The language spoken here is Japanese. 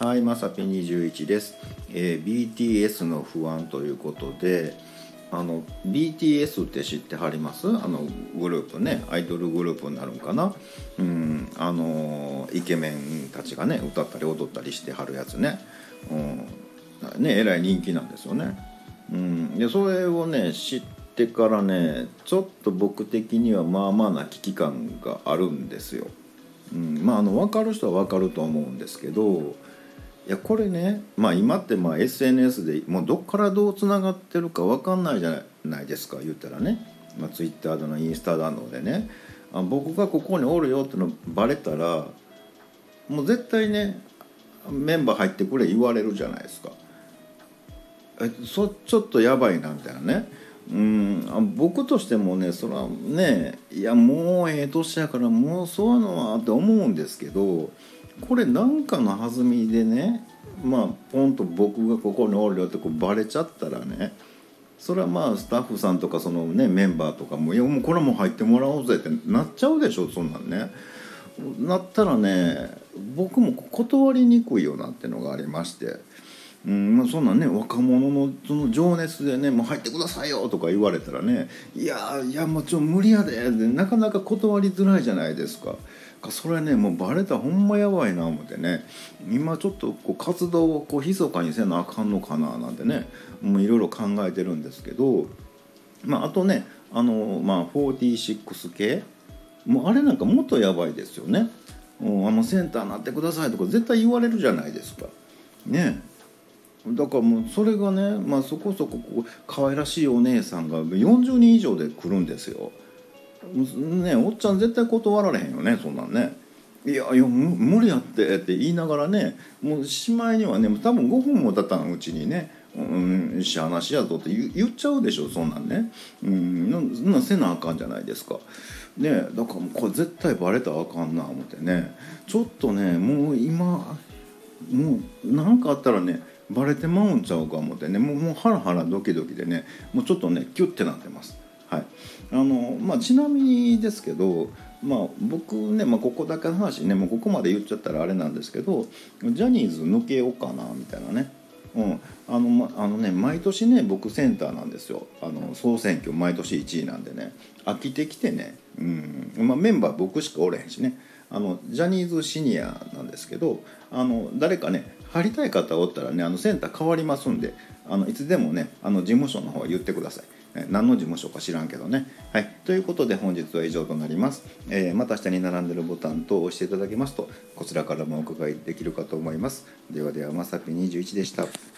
はい、まさぴ21です。BTS の不安ということで、BTS って知ってはります？グループね、アイドルグループになるんかな。イケメンたちがね歌ったり踊ったりしてはるやつね。えらい人気なんですよね。でそれをね知ってからね、ちょっと僕的にはまあまあな危機感があるんですよ。分かる人は分かると思うんですけど、いやこれね、今ってSNS でもうどっからどうつながってるか分かんないじゃないですか、言ったらね、Twitter だのインスタだのでね、僕がここにおるよってのバレたらもう絶対ねメンバー入ってくれ言われるじゃないですか。ちょっとやばいなみたいなね。僕としてもね、それはね、いやもうええ年やからもうそういうのはって思うんですけど、これなんかの弾みでね、ポンと僕がここにおるよってバレちゃったらね、それはスタッフさんとかそのねメンバーとかも、いやもうこれも入ってもらおうぜってなっちゃうでしょ、そんなんね。なったらね、僕も断りにくいよなってのがありまして。そんなんね、若者のその情熱でね、もう入ってくださいよとか言われたらね、いやもう無理やでってなかなか断りづらいじゃないですか。それね、もうバレたらほんまやばいな思ってね、今ちょっと活動を密かにせなあかんのかななんてね、もういろいろ考えてるんですけど、あとね46系もうあれなんかもっとやばいですよね。センターになってくださいとか絶対言われるじゃないですかね。だからもうそれがね、そこそこ可愛らしいお姉さんが40人以上で来るんですよ。ね、おっちゃん絶対断られへんよね、そんなんね。いや無理やって言いながらね、もうしまいにはね、多分5分も経たんうちにね、しゃあなしやぞって言っちゃうでしょ、そんなんね。なんせなあかんじゃないですか。ね、だからもうこれ絶対バレたらあかんな思ってね、ちょっとねもう今もう何かあったらねバレてまうんちゃうか思ってね、もうハラハラドキドキでね、もうちょっとねキュッてなってます。はい。ちなみにですけど、僕ね、ここだけの話ね、もうここまで言っちゃったらあれなんですけど、ジャニーズ抜けようかなみたいなね。毎年ね僕センターなんですよ。総選挙毎年1位なんでね、飽きてきてね、メンバー僕しかおれへんしね、ジャニーズシニアなんですけど、誰かね入りたい方おったらね、センター変わりますんで、いつでもね事務所の方言ってください。何の事務所か知らんけどね。はい、ということで本日は以上となります。また下に並んでるボタンと押していただけますとこちらからもお伺いできるかと思います。ではではまさぴ21でした。